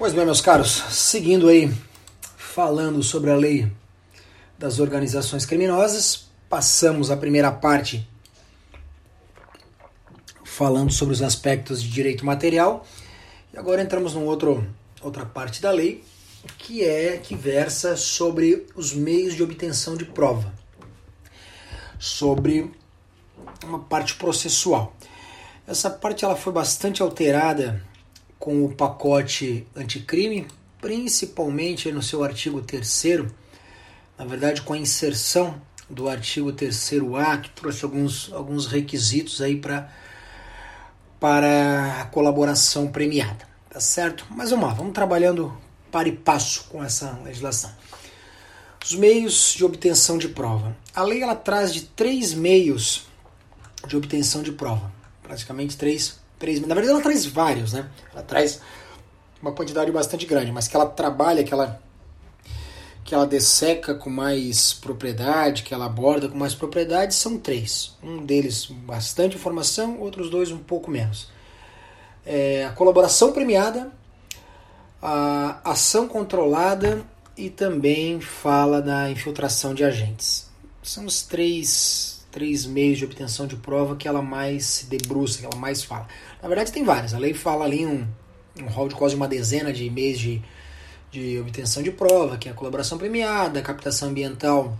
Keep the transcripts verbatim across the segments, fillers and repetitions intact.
Pois bem, meus caros, seguindo aí, falando sobre a lei das organizações criminosas, passamos a primeira parte falando sobre os aspectos de direito material e agora entramos numa outro, outra parte da lei que é que versa sobre os meios de obtenção de prova, sobre uma parte processual. Essa parte ela foi bastante alterada com o pacote anticrime, principalmente no seu artigo terceiro, na verdade com a inserção do artigo terceiro A, que trouxe alguns, alguns requisitos aí pra, para a colaboração premiada, tá certo? Mas vamos lá, vamos trabalhando para e passo com essa legislação. Os meios de obtenção de prova. A lei ela traz de três meios de obtenção de prova, praticamente três Três, na verdade ela traz vários, né? Ela traz uma quantidade bastante grande, mas que ela trabalha, que ela, que ela desseca com mais propriedade, que ela aborda com mais propriedade, são três. Um deles bastante informação, outros dois um pouco menos. É a colaboração premiada, a ação controlada e também fala da infiltração de agentes. São os três... três meios de obtenção de prova que ela mais se debruça, que ela mais fala. Na verdade tem vários, a lei fala ali um, um rol de quase uma dezena de meios de, de obtenção de prova, que é a colaboração premiada, a captação ambiental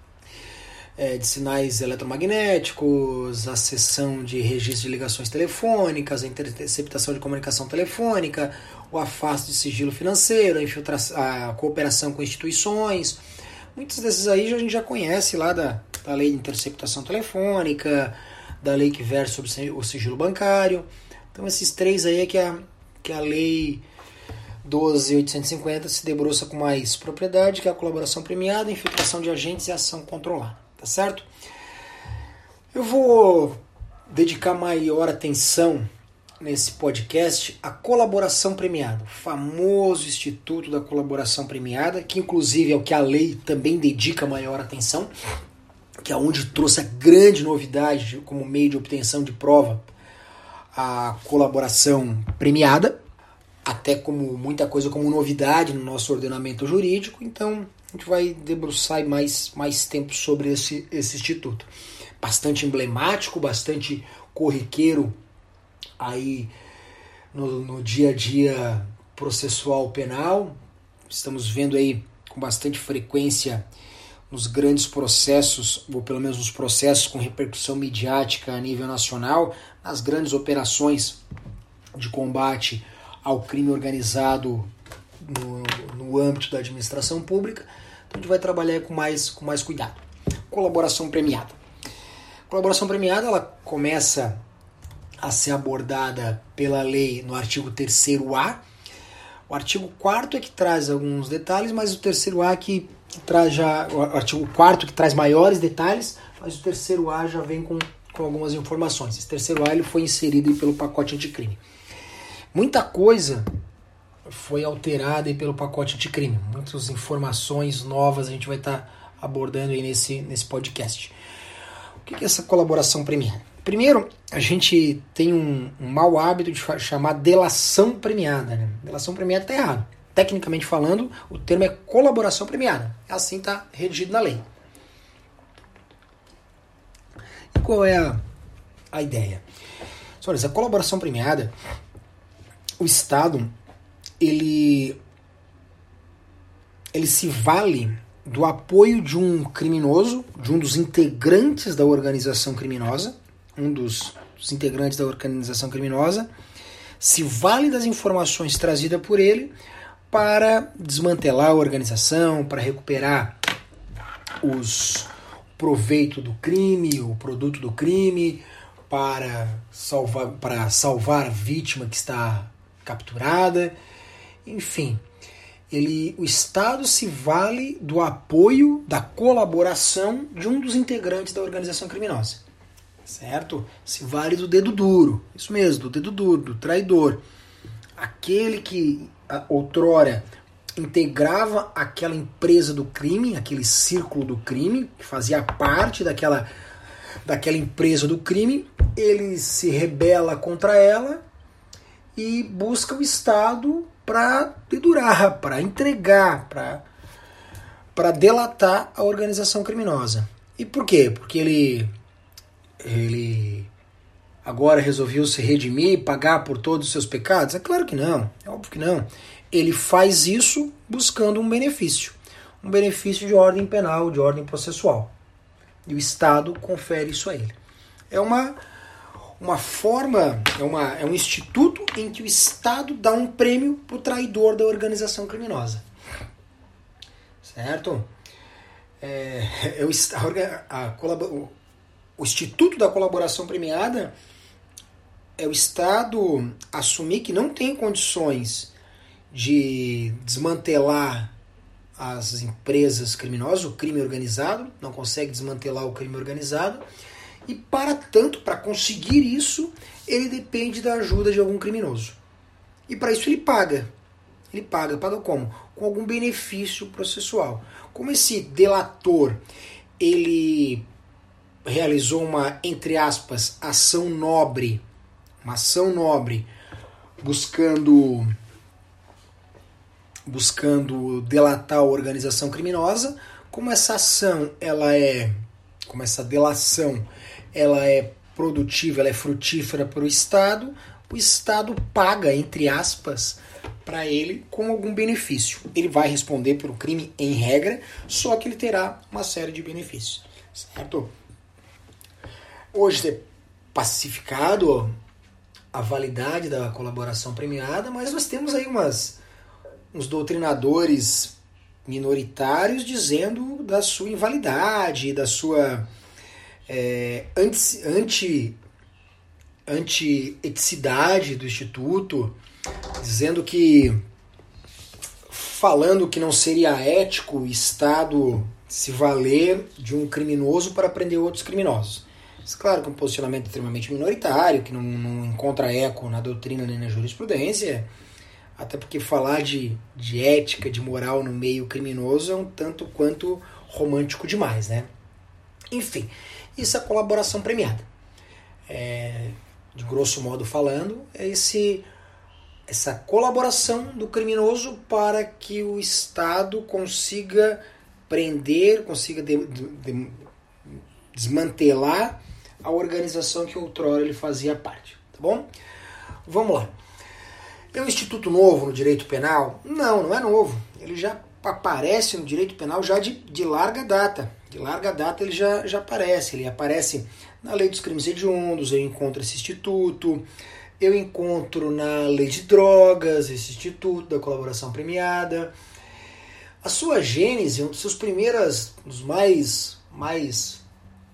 é, de sinais eletromagnéticos, a cessão de registro de ligações telefônicas, a interceptação de comunicação telefônica, o afasto de sigilo financeiro, a, infiltração, a cooperação com instituições. Muitos desses aí a gente já conhece lá da, da lei de interceptação telefônica, da lei que versa sobre o sigilo bancário. Então esses três aí é que a, que a lei doze mil oitocentos e cinquenta se debruça com mais propriedade, que é a colaboração premiada, infiltração de agentes e ação controlada, tá certo? Eu vou dedicar maior atenção nesse podcast a colaboração premiada, o famoso Instituto da Colaboração Premiada, que inclusive é o que a lei também dedica maior atenção, que é onde trouxe a grande novidade como meio de obtenção de prova, a colaboração premiada, até como muita coisa como novidade no nosso ordenamento jurídico. Então a gente vai debruçar mais, mais tempo sobre esse, esse instituto. Bastante emblemático, bastante corriqueiro aí no, no dia a dia processual penal. Estamos vendo aí com bastante frequência nos grandes processos, ou pelo menos nos processos com repercussão midiática a nível nacional, nas grandes operações de combate ao crime organizado no, no âmbito da administração pública. Então a gente vai trabalhar com mais, com mais cuidado. Colaboração premiada. Colaboração premiada ela começa a ser abordada pela lei no artigo terceiro A. O artigo quarto é que traz alguns detalhes, mas o terceiro A que, que traz já... O artigo quarto que traz maiores detalhes, mas o terceiro A já vem com, com algumas informações. Esse terceiro A ele foi inserido aí pelo pacote anticrime. Muita coisa foi alterada aí pelo pacote anticrime. Muitas informações novas a gente vai estar tá abordando aí nesse, nesse podcast. O que é essa colaboração premiada? Primeiro, a gente tem um, um mau hábito de chamar delação premiada. Né? Delação premiada está errado. Tecnicamente falando, o termo é colaboração premiada. Assim está redigido na lei. E qual é a, a ideia? Olha, essa colaboração premiada, o Estado, ele, ele se vale do apoio de um criminoso, de um dos integrantes da organização criminosa, um dos, dos integrantes da organização criminosa, se vale das informações trazidas por ele para desmantelar a organização, para recuperar os proveito do crime, o produto do crime, para salvar, para salvar a vítima que está capturada, enfim. Ele, o Estado se vale do apoio, da colaboração de um dos integrantes da organização criminosa. Certo? Se vale do dedo duro. Isso mesmo, do dedo duro, do traidor. Aquele que a, outrora integrava aquela empresa do crime, aquele círculo do crime, que fazia parte daquela, daquela empresa do crime, ele se rebela contra ela e busca o Estado para dedurar, para entregar, para para delatar a organização criminosa. E por quê? Porque ele ele agora resolveu se redimir e pagar por todos os seus pecados? É claro que não, é óbvio que não. Ele faz isso buscando um benefício, um benefício de ordem penal, de ordem processual. E o Estado confere isso a ele. É uma, uma forma, é, uma, é um instituto em que o Estado dá um prêmio para o traidor da organização criminosa. Certo? É, é o, a, a, o, o Instituto da Colaboração Premiada é o Estado assumir que não tem condições de desmantelar as empresas criminosas, o crime organizado, não consegue desmantelar o crime organizado, e para tanto, para conseguir isso, ele depende da ajuda de algum criminoso. E para isso ele paga. Ele paga, paga como? Com algum benefício processual. Como esse delator, ele realizou uma, entre aspas, ação nobre, uma ação nobre, buscando, buscando delatar a organização criminosa, como essa ação, ela é, como essa delação, ela é produtiva, ela é frutífera para o Estado, o Estado paga, entre aspas, para ele com algum benefício. Ele vai responder pelo crime em regra, só que ele terá uma série de benefícios. Certo? Hoje é pacificado a validade da colaboração premiada, mas nós temos aí umas, uns doutrinadores minoritários dizendo da sua invalidade, da sua é, anti, anti, anti-eticidade do Instituto, dizendo que, falando que não seria ético o Estado se valer de um criminoso para prender outros criminosos. Isso, claro, que é um posicionamento extremamente minoritário, que não, não encontra eco na doutrina nem na jurisprudência, até porque falar de, de ética, de moral no meio criminoso é um tanto quanto romântico demais, né? Enfim, isso é a colaboração premiada. É, de grosso modo falando, é esse... essa colaboração do criminoso para que o Estado consiga prender, consiga de, de, de, desmantelar a organização que outrora ele fazia parte. Tá bom? Vamos lá. É um instituto novo no direito penal? Não, não é novo. Ele já aparece no direito penal já de, de larga data. De larga data ele já, já aparece. Ele aparece na lei dos crimes hediondos, eu encontro esse instituto. Eu encontro na lei de drogas, esse instituto da colaboração premiada. A sua gênese, um dos seus primeiros, um dos mais, mais,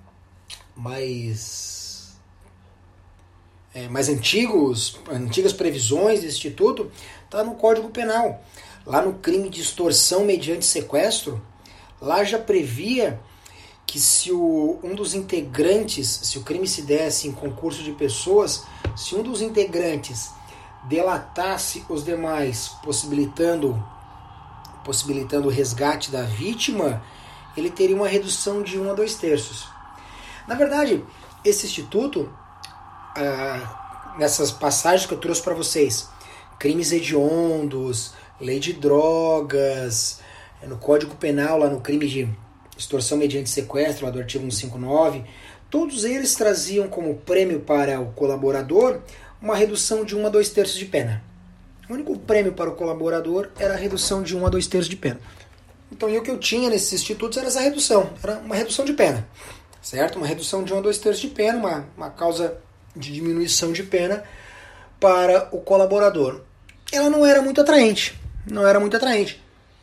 mais, é, mais antigos, antigas previsões desse instituto, está no Código Penal. Lá no crime de extorsão mediante sequestro, lá já previa que se o, um dos integrantes, se o crime se desse em concurso de pessoas, se um dos integrantes delatasse os demais, possibilitando, possibilitando o resgate da vítima, ele teria uma redução de um a dois terços. Na verdade, esse instituto, ah, nessas passagens que eu trouxe para vocês, crimes hediondos, lei de drogas, no Código Penal, lá no crime de extorsão mediante sequestro, lá do artigo cento e cinquenta e nove, todos eles traziam como prêmio para o colaborador uma redução de um a dois terços de pena. O único prêmio para o colaborador era a redução de um a dois terços de pena. Então, e o que eu tinha nesses institutos era essa redução, era uma redução de pena, certo? Uma redução de um a dois terços de pena, uma, uma causa de diminuição de pena para o colaborador. Ela não era muito atraente, não era muito atraente.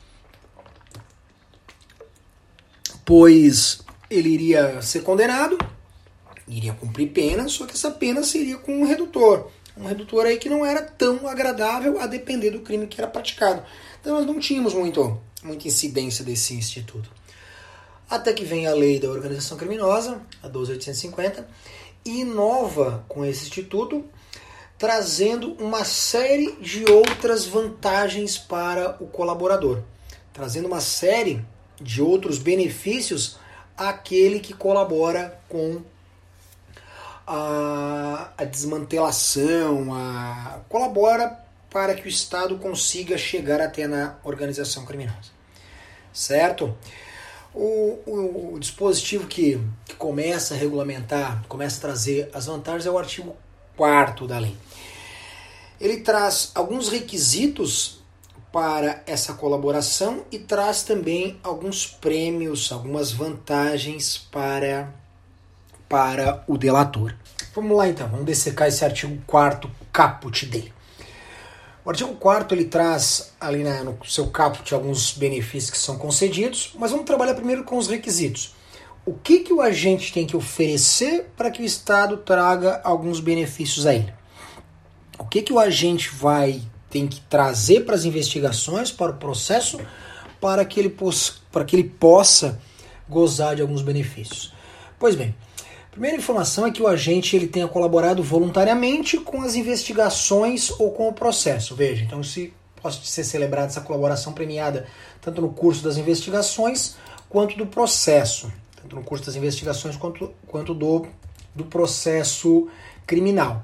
Pois ele iria ser condenado, iria cumprir pena, só que essa pena seria com um redutor. Um redutor aí que não era tão agradável a depender do crime que era praticado. Então nós não tínhamos muito, muita incidência desse instituto. Até que vem a lei da organização criminosa, a doze mil oitocentos e cinquenta, e inova com esse instituto, trazendo uma série de outras vantagens para o colaborador. Trazendo uma série de outros benefícios àquele que colabora com a, a desmantelação, a, colabora para que o Estado consiga chegar até na organização criminosa. Certo? O, o, o dispositivo que, que começa a regulamentar, começa a trazer as vantagens é o artigo quarto da lei. Ele traz alguns requisitos para essa colaboração e traz também alguns prêmios, algumas vantagens para, para o delator. Vamos lá então, vamos dissecar esse artigo quarto caput dele. O artigo quarto ele traz ali na, no seu caput alguns benefícios que são concedidos, mas vamos trabalhar primeiro com os requisitos. O que, que o agente tem que oferecer para que o Estado traga alguns benefícios a ele? O que, que o agente vai tem que trazer para as investigações, para o processo, para que ele, possa, para que ele possa gozar de alguns benefícios? Pois bem, a primeira informação é que o agente ele tenha colaborado voluntariamente com as investigações ou com o processo. Veja, então se pode ser celebrada essa colaboração premiada tanto no curso das investigações quanto do processo, tanto no curso das investigações quanto, quanto do, do processo criminal.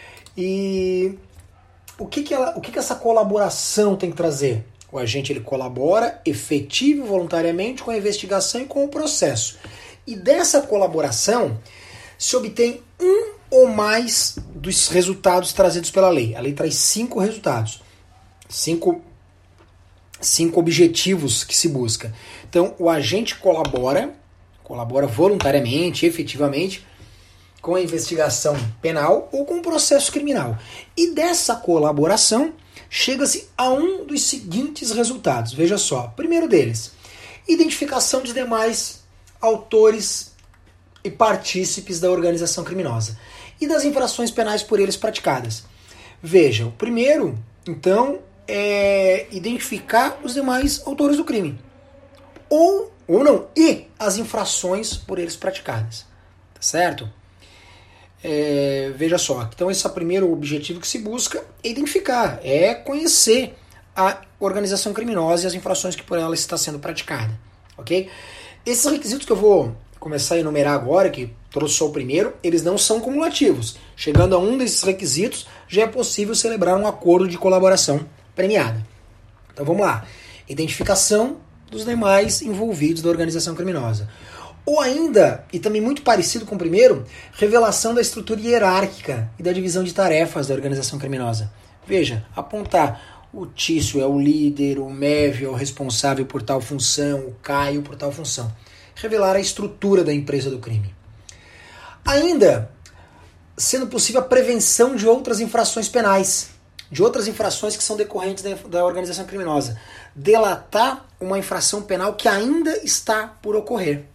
E o que que, ela, o que que essa colaboração tem que trazer? O agente ele colabora efetivo voluntariamente com a investigação e com o processo. E dessa colaboração se obtém um ou mais dos resultados trazidos pela lei. A lei traz cinco resultados, cinco, cinco objetivos que se busca. Então, o agente colabora, colabora voluntariamente, efetivamente, com a investigação penal ou com o processo criminal. E dessa colaboração, chega-se a um dos seguintes resultados. Veja só, primeiro deles, identificação de demais autores e partícipes da organização criminosa e das infrações penais por eles praticadas. Veja, o primeiro, então, é identificar os demais autores do crime. Ou, ou não, e as infrações por eles praticadas. Tá certo? É, veja só, então esse é o primeiro objetivo que se busca é identificar, é conhecer a organização criminosa e as infrações que por ela está sendo praticada. Ok? Esses requisitos que eu vou começar a enumerar agora, que trouxe só o primeiro, eles não são cumulativos. Chegando a um desses requisitos, já é possível celebrar um acordo de colaboração premiada. Então vamos lá. Identificação dos demais envolvidos da organização criminosa. Ou ainda, e também muito parecido com o primeiro, revelação da estrutura hierárquica e da divisão de tarefas da organização criminosa. Veja, apontar o Tício é o líder, o Mévio é o responsável por tal função, o Caio por tal função. Revelar a estrutura da empresa do crime. Ainda, sendo possível a prevenção de outras infrações penais, de outras infrações que são decorrentes da, da organização criminosa. Delatar uma infração penal que ainda está por ocorrer.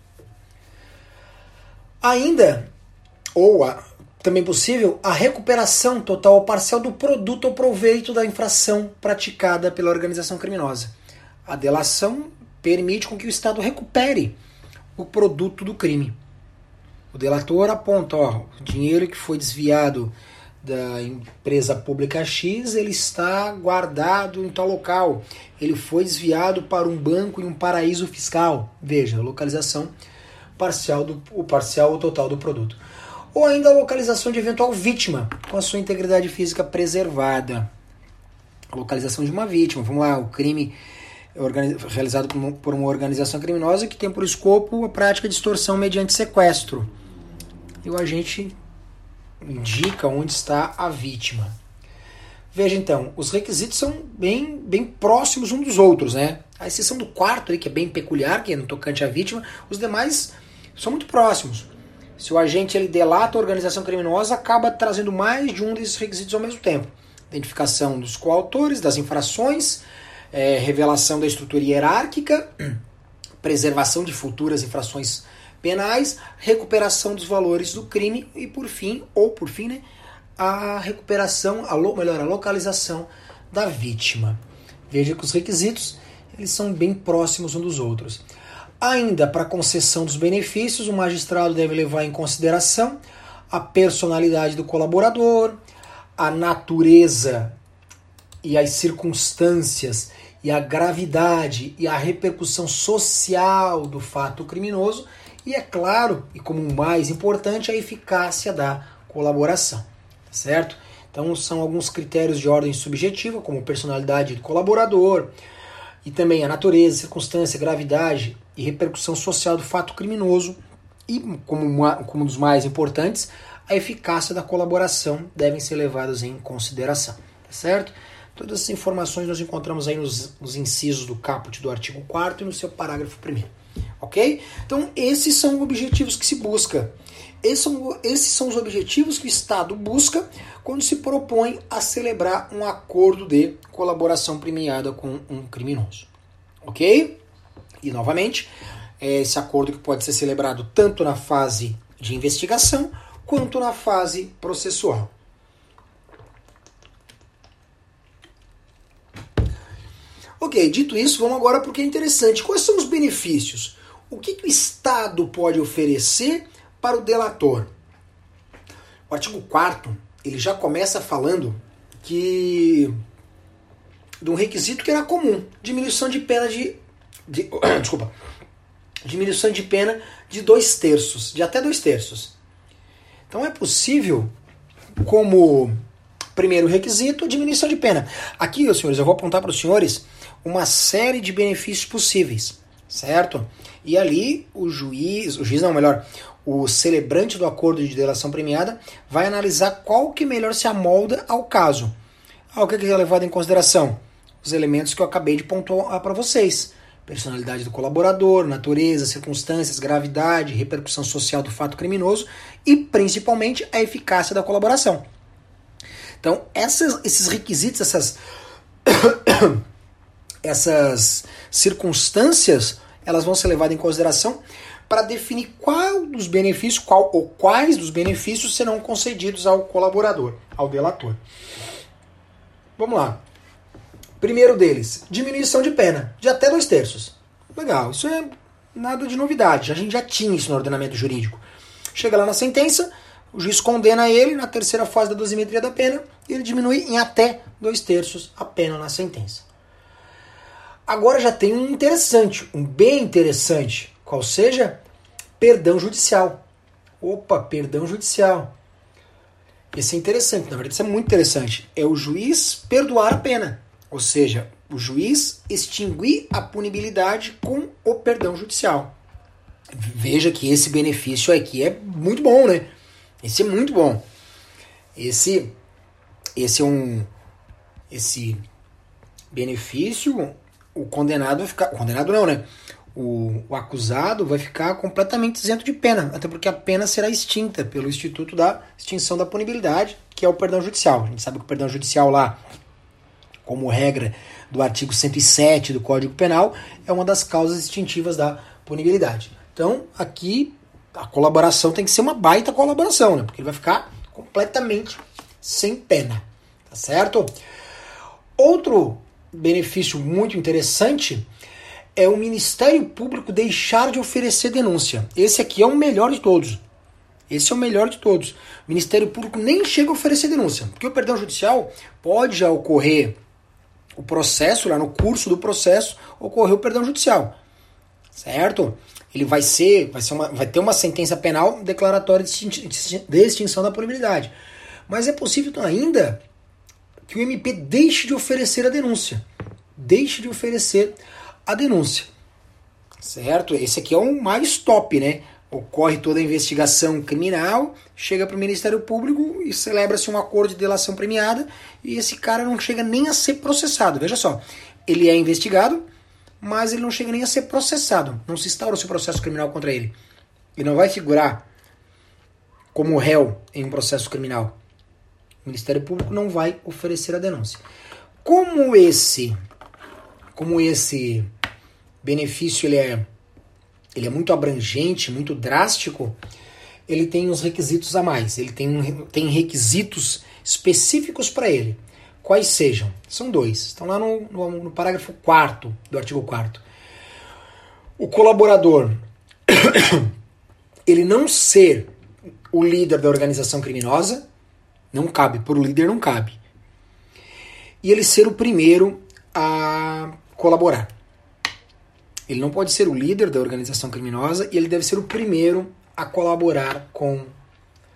Ainda, ou a, também possível, a recuperação total ou parcial do produto ou proveito da infração praticada pela organização criminosa. A delação permite com que o Estado recupere o produto do crime. O delator aponta, ó, o dinheiro que foi desviado da empresa pública X, ele está guardado em tal local. Ele foi desviado para um banco em um paraíso fiscal. Veja, a localização parcial do, o parcial ou total do produto. Ou ainda a localização de eventual vítima, com a sua integridade física preservada. A localização de uma vítima. Vamos lá, o crime é organiz, realizado por uma, por uma organização criminosa que tem por escopo a prática de extorsão mediante sequestro. E o agente indica onde está a vítima. Veja então, os requisitos são bem, bem próximos uns dos outros, né? A exceção do quarto, aí, que é bem peculiar, que é no tocante à vítima, os demais são muito próximos. Se o agente ele delata a organização criminosa, acaba trazendo mais de um desses requisitos ao mesmo tempo. Identificação dos coautores, das infrações, é, revelação da estrutura hierárquica, preservação de futuras infrações penais, recuperação dos valores do crime e, por fim, ou por fim, né, a recuperação, a lo, melhor, a localização da vítima. Veja que os requisitos eles são bem próximos uns dos outros. Ainda para a concessão dos benefícios, o magistrado deve levar em consideração a personalidade do colaborador, a natureza e as circunstâncias e a gravidade e a repercussão social do fato criminoso e, é claro, e como o mais importante, a eficácia da colaboração. Certo? Então são alguns critérios de ordem subjetiva, como personalidade do colaborador, e também a natureza, circunstância, gravidade e repercussão social do fato criminoso, e como, uma, como um dos mais importantes, a eficácia da colaboração devem ser levadas em consideração, tá certo? Todas essas informações nós encontramos aí nos, nos incisos do caput do artigo quarto e no seu parágrafo primeiro, ok? Então esses são os objetivos que se busca. Esses são, esses são os objetivos que o Estado busca quando se propõe a celebrar um acordo de colaboração premiada com um criminoso. Ok? E, novamente, é esse acordo que pode ser celebrado tanto na fase de investigação quanto na fase processual. Ok, dito isso, vamos agora para o que é interessante. Quais são os benefícios? O que, que o Estado pode oferecer para o delator? O artigo quarto, ele já começa falando que de um requisito que era comum, diminuição de pena de, de desculpa, diminuição de pena de dois terços, de até dois terços. Então é possível, como primeiro requisito, diminuição de pena. Aqui, meus senhores, eu vou apontar para os senhores uma série de benefícios possíveis, certo? E ali o juiz, o juiz não, melhor, o celebrante do acordo de delação premiada vai analisar qual que melhor se amolda ao caso. Ah, o que é levado em consideração? Os elementos que eu acabei de pontuar para vocês. Personalidade do colaborador, natureza, circunstâncias, gravidade, repercussão social do fato criminoso e, principalmente, a eficácia da colaboração. Então, essas, esses requisitos, essas, essas circunstâncias, elas vão ser levadas em consideração para definir qual dos benefícios, qual ou quais dos benefícios serão concedidos ao colaborador, ao delator. Vamos lá. Primeiro deles, diminuição de pena, de até dois terços. Legal, isso é nada de novidade, a gente já tinha isso no ordenamento jurídico. Chega lá na sentença, o juiz condena ele na terceira fase da dosimetria da pena e ele diminui em até dois terços a pena na sentença. Agora já tem um interessante, um bem interessante, qual seja, perdão judicial. Opa, perdão judicial. Esse é interessante, na verdade isso é muito interessante. É o juiz perdoar a pena. Ou seja, o juiz extinguir a punibilidade com o perdão judicial. Veja que esse benefício aqui é muito bom, né? Esse é muito bom. Esse, esse é um... Esse benefício, o condenado vai ficar... O condenado não, né? O, o acusado vai ficar completamente isento de pena, até porque a pena será extinta pelo Instituto da Extinção da Punibilidade, que é o perdão judicial. A gente sabe que o perdão judicial lá, como regra do artigo cento e sete do Código Penal, é uma das causas extintivas da punibilidade. Então, aqui, a colaboração tem que ser uma baita colaboração, né? Porque ele vai ficar completamente sem pena, tá certo? Outro benefício muito interessante é o Ministério Público deixar de oferecer denúncia. Esse aqui é o melhor de todos. Esse é o melhor de todos. O Ministério Público nem chega a oferecer denúncia, porque o perdão judicial pode já ocorrer o processo, lá no curso do processo, ocorreu o perdão judicial, certo? Ele vai ser, vai ser uma, vai ter uma sentença penal declaratória de extinção da punibilidade. Mas é possível ainda que o M P deixe de oferecer a denúncia. Deixe de oferecer a denúncia, certo? Esse aqui é o mais top, né? Ocorre toda a investigação criminal, chega para o Ministério Público e celebra-se um acordo de delação premiada e esse cara não chega nem a ser processado. Veja só, ele é investigado, mas ele não chega nem a ser processado. Não se instaura-se processo criminal contra ele. Ele não vai figurar como réu em um processo criminal. O Ministério Público não vai oferecer a denúncia. Como esse, como esse benefício ele é ele é muito abrangente, muito drástico, ele tem uns requisitos a mais, ele tem, tem requisitos específicos para ele. Quais sejam? São dois. Estão lá no, no, no parágrafo quarto do artigo quarto. O colaborador, ele não ser o líder da organização criminosa, não cabe, por o líder não cabe. E ele ser o primeiro a colaborar. Ele não pode ser o líder da organização criminosa e ele deve ser o primeiro a colaborar com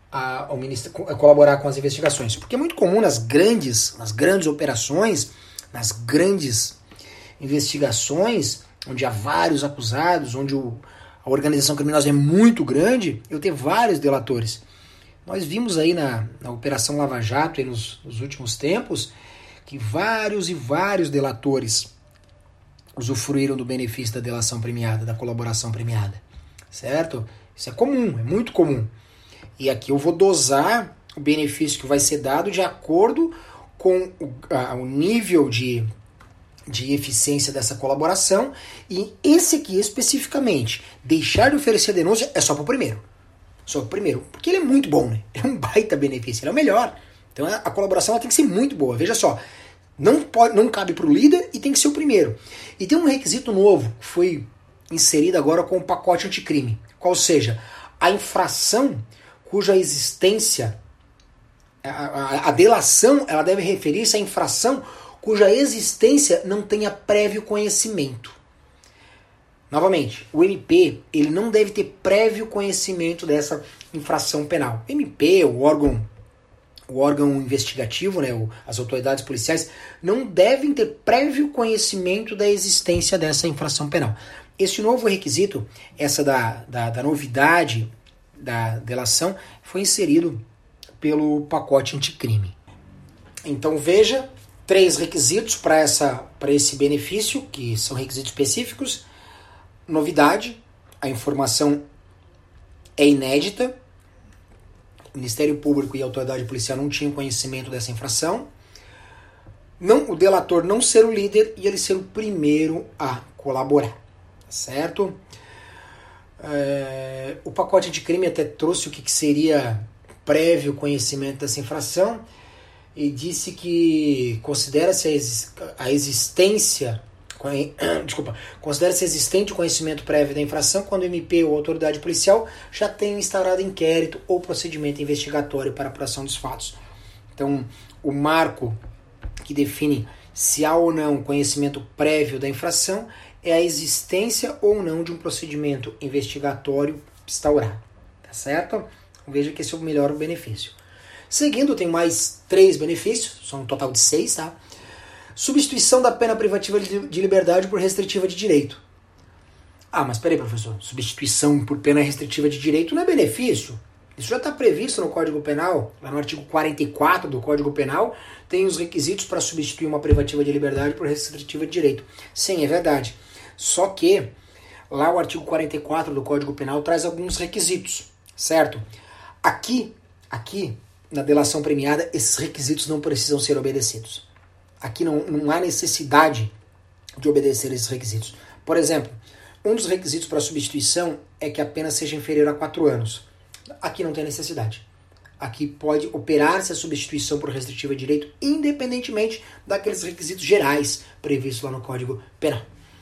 a, ao ministério, a colaborar com as investigações. Porque é muito comum nas grandes, nas grandes operações, nas grandes investigações, onde há vários acusados, onde o, a organização criminosa é muito grande, eu ter vários delatores. Nós vimos aí na, na Operação Lava Jato, aí nos, nos últimos tempos, que vários e vários delatores usufruíram do benefício da delação premiada, da colaboração premiada, certo? Isso é comum, é muito comum. E aqui eu vou dosar o benefício que vai ser dado de acordo com o, a, o nível de, de eficiência dessa colaboração, e esse aqui especificamente, deixar de oferecer denúncia é só para o primeiro. Só para o primeiro, porque ele é muito bom, né? É um baita benefício, ele é o melhor. Então a colaboração ela tem que ser muito boa. Veja só, não, pode, não cabe para o líder e tem que ser o primeiro. E tem um requisito novo que foi inserido agora com o pacote anticrime. Qual seja, a infração cuja existência, a, a, a delação, ela deve referir-se à infração cuja existência não tenha prévio conhecimento. Novamente, o M P ele não deve ter prévio conhecimento dessa infração penal. O M P, o órgão, o órgão investigativo, né, as autoridades policiais, não devem ter prévio conhecimento da existência dessa infração penal. Esse novo requisito, essa da, da, da novidade da delação, foi inserido pelo pacote anticrime. Então veja, três requisitos para essa, para esse benefício, que são requisitos específicos. Novidade, a informação é inédita, o Ministério Público e a autoridade policial não tinham conhecimento dessa infração, não, o delator não ser o líder e ele ser o primeiro a colaborar, certo? É, o pacote de crime até trouxe o que, que seria prévio conhecimento dessa infração e disse que considera-se a, exis, a existência Desculpa, considera-se existente o conhecimento prévio da infração quando o M P ou a autoridade policial já tenha instaurado inquérito ou procedimento investigatório para a apuração dos fatos. Então, o marco que define se há ou não conhecimento prévio da infração é a existência ou não de um procedimento investigatório instaurado. Tá certo? Veja que esse é o melhor benefício. Seguindo, tem mais três benefícios, são um total de seis, tá? Substituição da pena privativa de liberdade por restritiva de direito. Ah, mas peraí, professor. Substituição por pena restritiva de direito não é benefício. Isso já está previsto no Código Penal. Lá no artigo quarenta e quatro do Código Penal tem os requisitos para substituir uma privativa de liberdade por restritiva de direito. Sim, é verdade. Só que lá o artigo quarenta e quatro do Código Penal traz alguns requisitos, certo? Aqui, aqui na delação premiada, esses requisitos não precisam ser obedecidos. Aqui não, não há necessidade de obedecer esses requisitos. Por exemplo, um dos requisitos para substituição é que a pena seja inferior a quatro anos. Aqui não tem necessidade. Aqui pode operar-se a substituição por restritiva de direito, independentemente daqueles requisitos gerais previstos lá no Código Penal.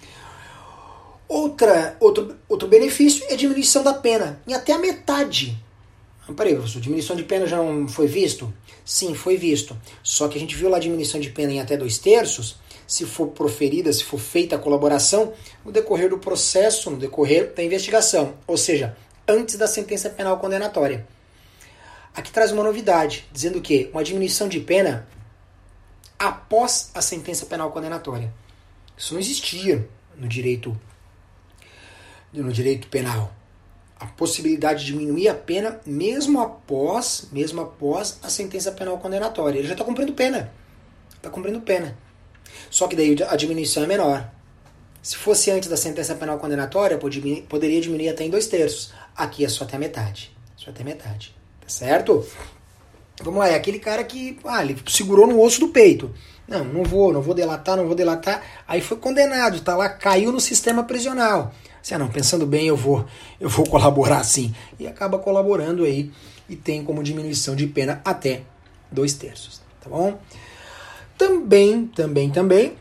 Outra, outro, outro benefício é a diminuição da pena, em até a metade. Peraí, professor, diminuição de pena já não foi visto? Sim, foi visto. Só que a gente viu lá a diminuição de pena em até dois terços, se for proferida, se for feita a colaboração, no decorrer do processo, no decorrer da investigação. Ou seja, antes da sentença penal condenatória. Aqui traz uma novidade, dizendo que uma diminuição de pena após a sentença penal condenatória. Isso não existia no direito, no direito penal. A possibilidade de diminuir a pena mesmo após, mesmo após a sentença penal condenatória. Ele já está cumprindo pena. Está cumprindo pena. Só que daí a diminuição é menor. Se fosse antes da sentença penal condenatória, poderia diminuir até em dois terços. Aqui é só até metade. Só até metade. Tá certo? Vamos lá, é aquele cara que ah, ele segurou no osso do peito. Não, não vou, não vou delatar, não vou delatar. Aí foi condenado, tá lá, caiu no sistema prisional. Ah, não, pensando bem, eu vou, eu vou colaborar sim. E acaba colaborando aí e tem como diminuição de pena até dois terços. Tá bom? Também, também, também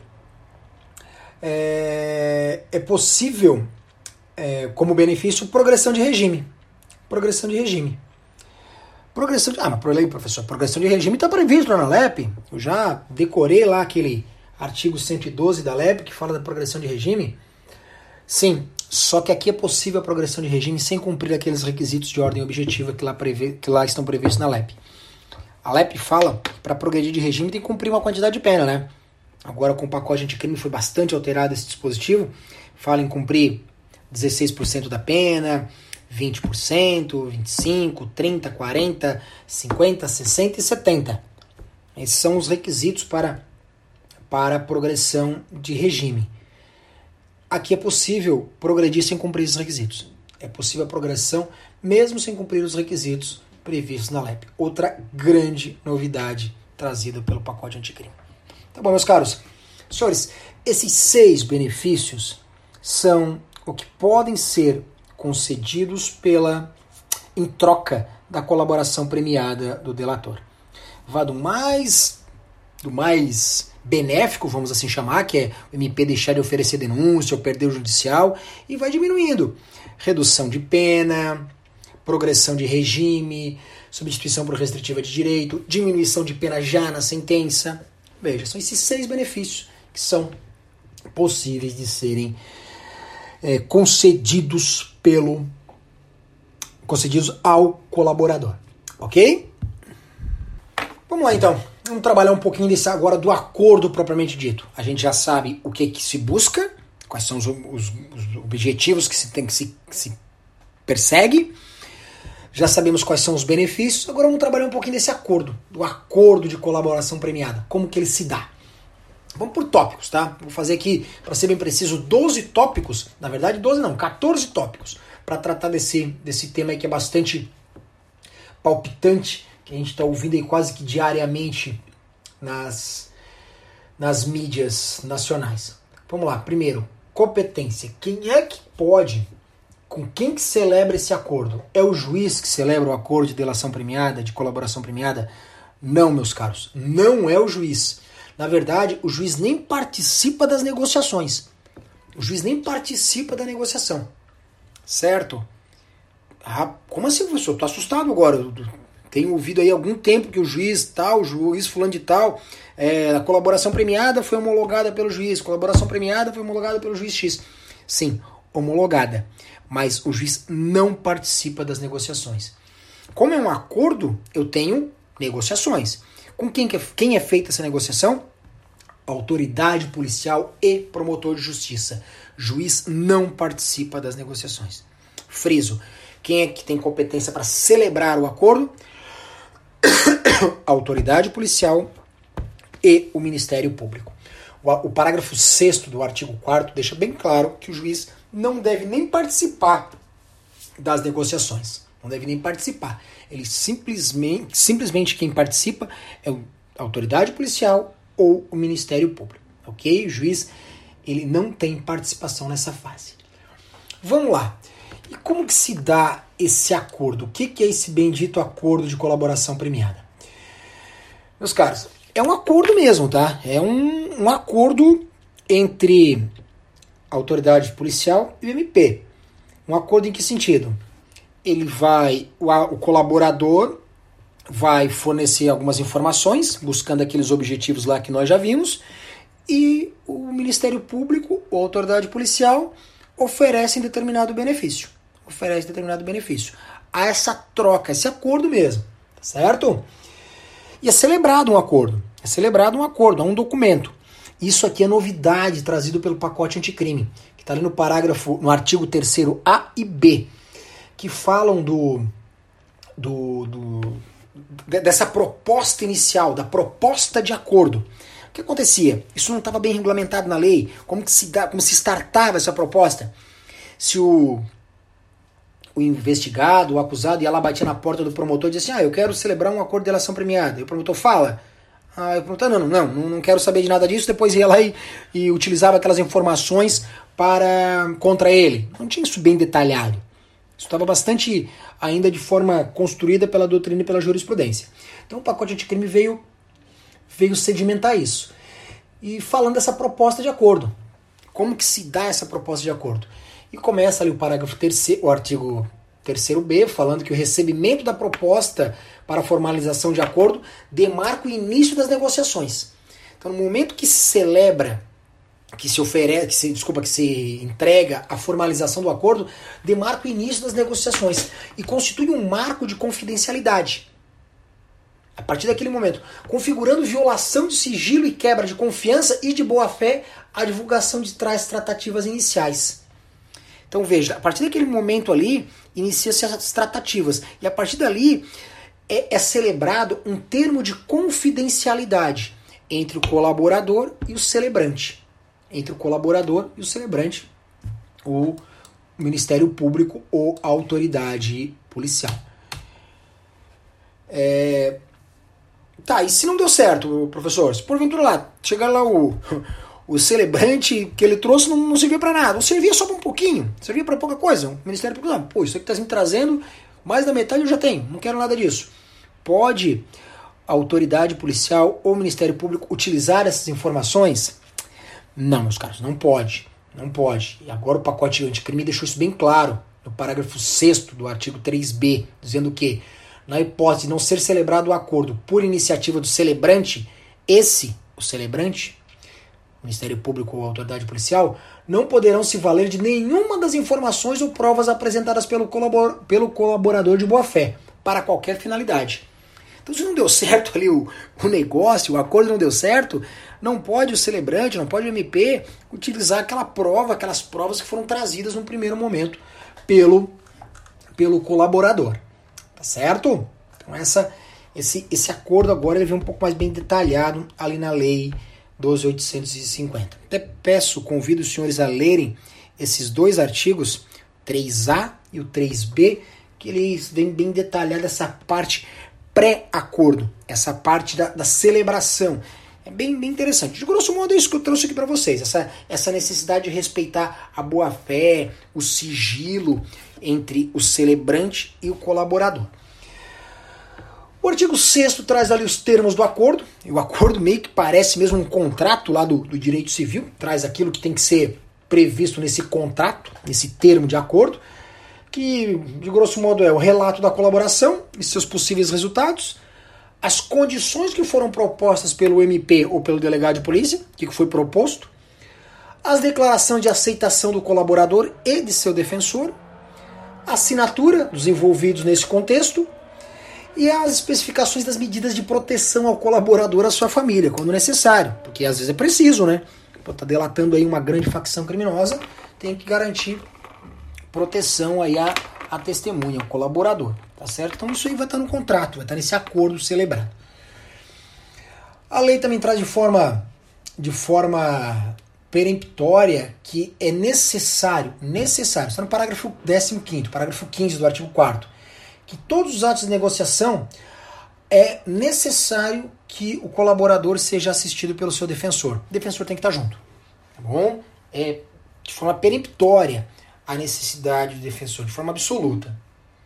é, é possível, é, como benefício, progressão de regime. Progressão de regime. Progressão de... Ah, mas por aí, professor, progressão de regime está previsto lá na L E P. Eu já decorei lá aquele artigo cento e doze da L E P que fala da progressão de regime. Sim, Só que aqui é possível a progressão de regime sem cumprir aqueles requisitos de ordem objetiva que lá, prevê, que lá estão previstos na L E P. A L E P fala que para progredir de regime tem que cumprir uma quantidade de pena, né? Agora com o pacote anticrime foi bastante alterado esse dispositivo. Fala em cumprir dezesseis por cento da pena, vinte por cento, vinte e cinco por cento, trinta por cento, quarenta por cento, cinquenta por cento, sessenta por cento e setenta por cento. Esses são os requisitos para, para a progressão de regime. Aqui é possível progredir sem cumprir esses requisitos. É possível a progressão mesmo sem cumprir os requisitos previstos na L E P. Outra grande novidade trazida pelo pacote anticrime. Tá bom, meus caros? Senhores, esses seis benefícios são o que podem ser concedidos pela, em troca da colaboração premiada do delator. Vá do mais, do mais benéfico, vamos assim chamar, que é o M P deixar de oferecer denúncia ou perder o judicial, e vai diminuindo. Redução de pena, progressão de regime, substituição por restritiva de direito, diminuição de pena já na sentença. Veja, são esses seis benefícios que são possíveis de serem é, concedidos pelo concedidos ao colaborador. Ok? Vamos lá então. Vamos trabalhar um pouquinho desse agora do acordo propriamente dito. A gente já sabe o que, que se busca, quais são os, os, os objetivos que se tem que se, que se persegue. Já sabemos quais são os benefícios. Agora vamos trabalhar um pouquinho desse acordo, do acordo de colaboração premiada. Como que ele se dá? Vamos por tópicos, tá? Vou fazer aqui, para ser bem preciso, doze tópicos. Na verdade, doze não, quatorze tópicos. Para tratar desse, desse tema aí que é bastante palpitante, que a gente está ouvindo aí quase que diariamente nas, nas mídias nacionais. Vamos lá, primeiro, competência. Quem é que pode, com quem que celebra esse acordo? É o juiz que celebra o acordo de delação premiada, de colaboração premiada? Não, meus caros, não é o juiz. Na verdade, o juiz nem participa das negociações. O juiz nem participa da negociação. Certo? Ah, como assim, professor? Estou assustado agora. Eu tenho ouvido aí há algum tempo que o juiz tal, o juiz fulano de tal, é, a colaboração premiada foi homologada pelo juiz, colaboração premiada foi homologada pelo juiz X. Sim, homologada. Mas o juiz não participa das negociações. Como é um acordo, eu tenho negociações. Com quem, que é, quem é feita essa negociação? Autoridade policial e promotor de justiça. Juiz não participa das negociações. Friso. Quem é que tem competência para celebrar o acordo? Autoridade policial e o Ministério Público. O, o parágrafo sexto do artigo quarto deixa bem claro que o juiz não deve nem participar das negociações. Não deve nem participar. Ele simplesmente, simplesmente quem participa é a autoridade policial ou o Ministério Público. Ok? O juiz ele não tem participação nessa fase. Vamos lá. E como que se dá esse acordo? O que, que é esse bendito acordo de colaboração premiada? Meus caros, é um acordo mesmo, tá? É um, um acordo entre a autoridade policial e o M P. Um acordo em que sentido? Ele vai, o, o colaborador vai fornecer algumas informações, buscando aqueles objetivos lá que nós já vimos, e o Ministério Público ou a autoridade policial oferecem determinado benefício. Oferece determinado benefício. Há essa troca, esse acordo mesmo, tá certo? E é celebrado um acordo. É celebrado um acordo, há um documento. Isso aqui é novidade trazido pelo pacote anticrime, que está ali no parágrafo, no artigo terceiro A e B, que falam do, do, do dessa proposta inicial, da proposta de acordo. O que acontecia? Isso não estava bem regulamentado na lei. Como que se dá, como se startava essa proposta? Se o, o investigado, o acusado, ia lá, batia na porta do promotor e dizia assim, ah, eu quero celebrar um acordo de delação premiada. E o promotor fala, ah, o promotor, não, não, não, não quero saber de nada disso. Depois ia lá e, e utilizava aquelas informações para, contra ele. Não tinha isso bem detalhado. Isso estava bastante ainda de forma construída pela doutrina e pela jurisprudência. Então o pacote anticrime veio veio sedimentar isso. E falando dessa proposta de acordo. Como que se dá essa proposta de acordo? E começa ali o parágrafo terceiro, o artigo terceiro B, falando que o recebimento da proposta para formalização de acordo demarca o início das negociações. Então, no momento que se celebra que se oferece, que se, desculpa, que se entrega a formalização do acordo, demarca o início das negociações e constitui um marco de confidencialidade. A partir daquele momento, configurando violação de sigilo e quebra de confiança e de boa-fé a divulgação de tais tratativas iniciais. Então veja, a partir daquele momento ali, inicia-se as tratativas. E a partir dali, é, é celebrado um termo de confidencialidade entre o colaborador e o celebrante. Entre o colaborador e o celebrante, o Ministério Público ou a autoridade policial. É... Tá, e se não deu certo, professor? Se porventura lá, chegar lá o, o celebrante que ele trouxe não, não servia para nada, não servia só para um pouquinho, servia para pouca coisa. O Ministério Público, não, pô, isso aqui está me trazendo, mais da metade eu já tenho, não quero nada disso. Pode a autoridade policial ou o Ministério Público utilizar essas informações? Não, meus caros, não pode, não pode. E agora o pacote anticrime deixou isso bem claro, no parágrafo sexto do artigo três B, dizendo que na hipótese de não ser celebrado o acordo por iniciativa do celebrante, esse, o celebrante, Ministério Público ou Autoridade Policial, não poderão se valer de nenhuma das informações ou provas apresentadas pelo, colabor- pelo colaborador de boa-fé, para qualquer finalidade. Então, se não deu certo ali o, o negócio, o acordo não deu certo, não pode o celebrante, não pode o M P utilizar aquela prova, aquelas provas que foram trazidas no primeiro momento pelo, pelo colaborador. Tá certo? Então essa, esse, esse acordo agora ele vem um pouco mais bem detalhado ali na Lei doze mil oitocentos e cinquenta. Até peço, convido os senhores a lerem esses dois artigos, três A e o três B, que eles vêm bem detalhados essa parte pré-acordo, essa parte da, da celebração. É bem, bem interessante. De grosso modo é isso que eu trouxe aqui para vocês, essa, essa necessidade de respeitar a boa-fé, o sigilo entre o celebrante e o colaborador. O artigo sexto traz ali os termos do acordo, e o acordo meio que parece mesmo um contrato lá do, do direito civil, traz aquilo que tem que ser previsto nesse contrato, nesse termo de acordo, que de grosso modo é o relato da colaboração e seus possíveis resultados, as condições que foram propostas pelo M P ou pelo delegado de polícia, que foi proposto, as declarações de aceitação do colaborador e de seu defensor, a assinatura dos envolvidos nesse contexto e as especificações das medidas de proteção ao colaborador e à sua família, quando necessário, porque às vezes é preciso, né? Está delatando aí uma grande facção criminosa, tem que garantir proteção aí à, à testemunha, ao colaborador, tá certo? Então isso aí vai estar no contrato, vai estar nesse acordo celebrado. A lei também traz de forma, de forma peremptória que é necessário, necessário, está no parágrafo décimo quinto, parágrafo quinze do artigo quarto, que todos os atos de negociação é necessário que o colaborador seja assistido pelo seu defensor. O defensor tem que estar junto, tá bom? É de forma peremptória a necessidade do defensor, de forma absoluta.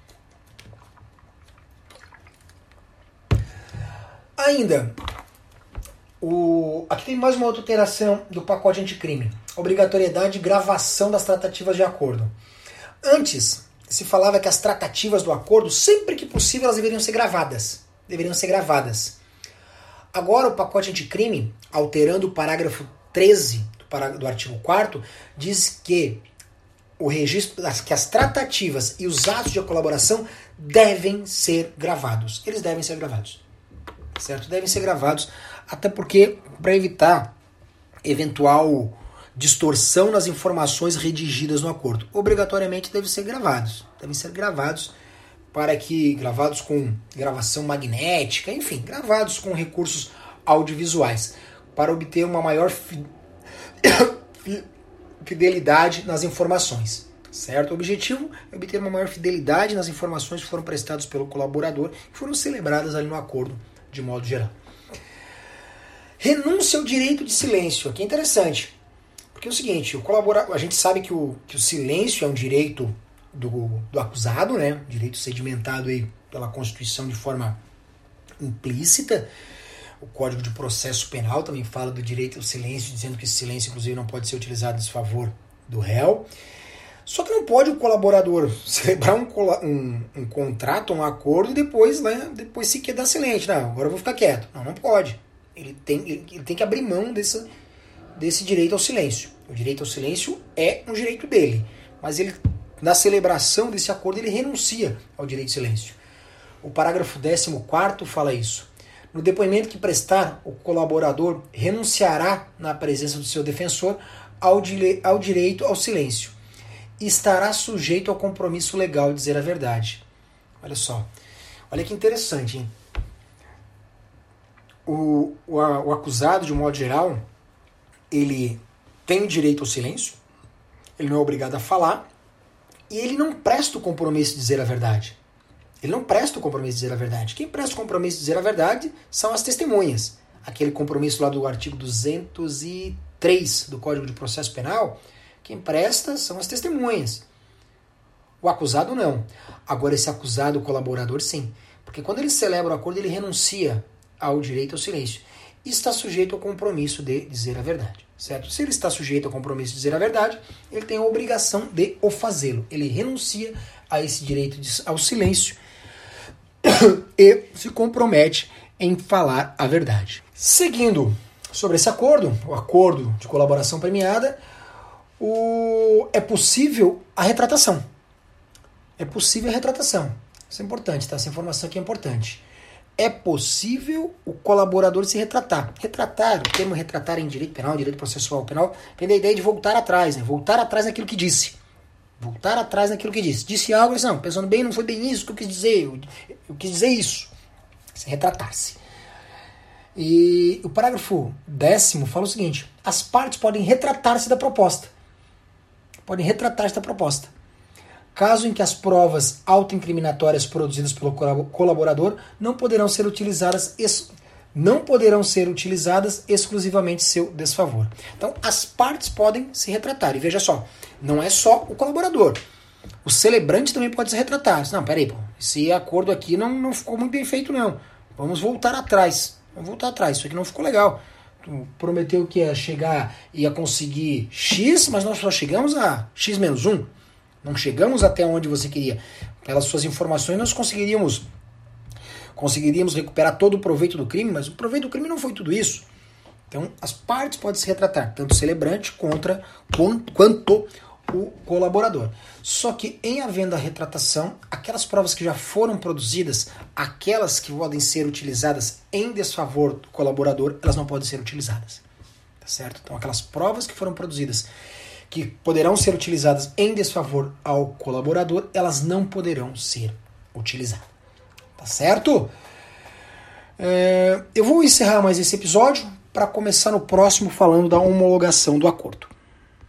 Ainda, o... aqui tem mais uma outra alteração do pacote anticrime. Obrigatoriedade de gravação das tratativas de acordo. Antes, se falava que as tratativas do acordo, sempre que possível, elas deveriam ser gravadas. Deveriam ser gravadas. Agora, o pacote anticrime, alterando o parágrafo treze do, pará... do artigo quarto, diz que o registro, que as tratativas e os atos de colaboração devem ser gravados. Eles devem ser gravados. Certo? Devem ser gravados, até porque, para evitar eventual distorção nas informações redigidas no acordo, obrigatoriamente devem ser gravados. Devem ser gravados para que, gravados com gravação magnética, enfim, gravados com recursos audiovisuais, para obter uma maior fi... fidelidade nas informações. Certo? O objetivo é obter uma maior fidelidade nas informações que foram prestadas pelo colaborador e foram celebradas ali no acordo, de modo geral. Renúncia ao direito de silêncio. Aqui é interessante. Porque é o seguinte, o colaborador, a gente sabe que o, que o silêncio é um direito do, do acusado, né? Um direito sedimentado aí pela Constituição de forma implícita. O Código de Processo Penal também fala do direito ao silêncio, dizendo que esse silêncio, inclusive, não pode ser utilizado em desfavor do réu. Só que não pode o colaborador celebrar um, um, um contrato, um acordo e depois, né, depois se quedar silente. Não, agora eu vou ficar quieto. Não, não pode. Ele tem, ele, ele tem que abrir mão dessa, desse direito ao silêncio. O direito ao silêncio é um direito dele, mas ele, na celebração desse acordo, ele renuncia ao direito de silêncio. O parágrafo décimo quarto fala isso. No depoimento que prestar, o colaborador renunciará, na presença do seu defensor, ao, dire- ao direito ao silêncio e estará sujeito ao compromisso legal de dizer a verdade. Olha só. Olha que interessante, hein? O, o, o acusado, de um modo geral, ele tem o direito ao silêncio, ele não é obrigado a falar, e ele não presta o compromisso de dizer a verdade. Ele não presta o compromisso de dizer a verdade. Quem presta o compromisso de dizer a verdade são as testemunhas. Aquele compromisso lá do artigo duzentos e três do Código de Processo Penal, quem presta são as testemunhas. O acusado não. Agora esse acusado, o colaborador, sim. Porque quando ele celebra o acordo, ele renuncia ao direito ao silêncio e está sujeito ao compromisso de dizer a verdade, certo? Se ele está sujeito ao compromisso de dizer a verdade, ele tem a obrigação de o fazê-lo. Ele renuncia a esse direito ao silêncio e se compromete em falar a verdade. Seguindo sobre esse acordo, o acordo de colaboração premiada, o... é possível a retratação. É possível a retratação. Isso é importante, tá? Essa informação aqui é importante. É possível o colaborador se retratar. Retratar, o termo retratar em direito penal, direito processual penal, vem da ideia de voltar atrás, né? Voltar atrás naquilo que disse. Voltar atrás naquilo que disse. Disse algo, mas não, pensando bem, não foi bem isso que eu quis dizer. Eu, eu quis dizer isso. Se retratar-se. E o parágrafo décimo fala o seguinte: as partes podem retratar-se da proposta. Podem retratar-se da proposta. Caso em que as provas autoincriminatórias produzidas pelo colaborador não poderão ser utilizadas, ex- não poderão ser utilizadas exclusivamente em seu desfavor. Então, as partes podem se retratar. E veja só, não é só o colaborador. O celebrante também pode se retratar. Não, peraí, pô, esse acordo aqui não, não ficou muito bem feito, não. Vamos voltar atrás. Vamos voltar atrás. Isso aqui não ficou legal. Tu prometeu que ia chegar, ia conseguir X, mas nós só chegamos a X menos um. Não chegamos até onde você queria. Pelas suas informações, nós conseguiríamos, conseguiríamos recuperar todo o proveito do crime, mas o proveito do crime não foi tudo isso. Então, as partes podem se retratar, tanto o celebrante contra, quanto o colaborador. Só que, em havendo a retratação, aquelas provas que já foram produzidas, aquelas que podem ser utilizadas em desfavor do colaborador, elas não podem ser utilizadas. Tá certo? Então, aquelas provas que foram produzidas que poderão ser utilizadas em desfavor ao colaborador, elas não poderão ser utilizadas. Tá certo? É, eu vou encerrar mais esse episódio para começar no próximo falando da homologação do acordo.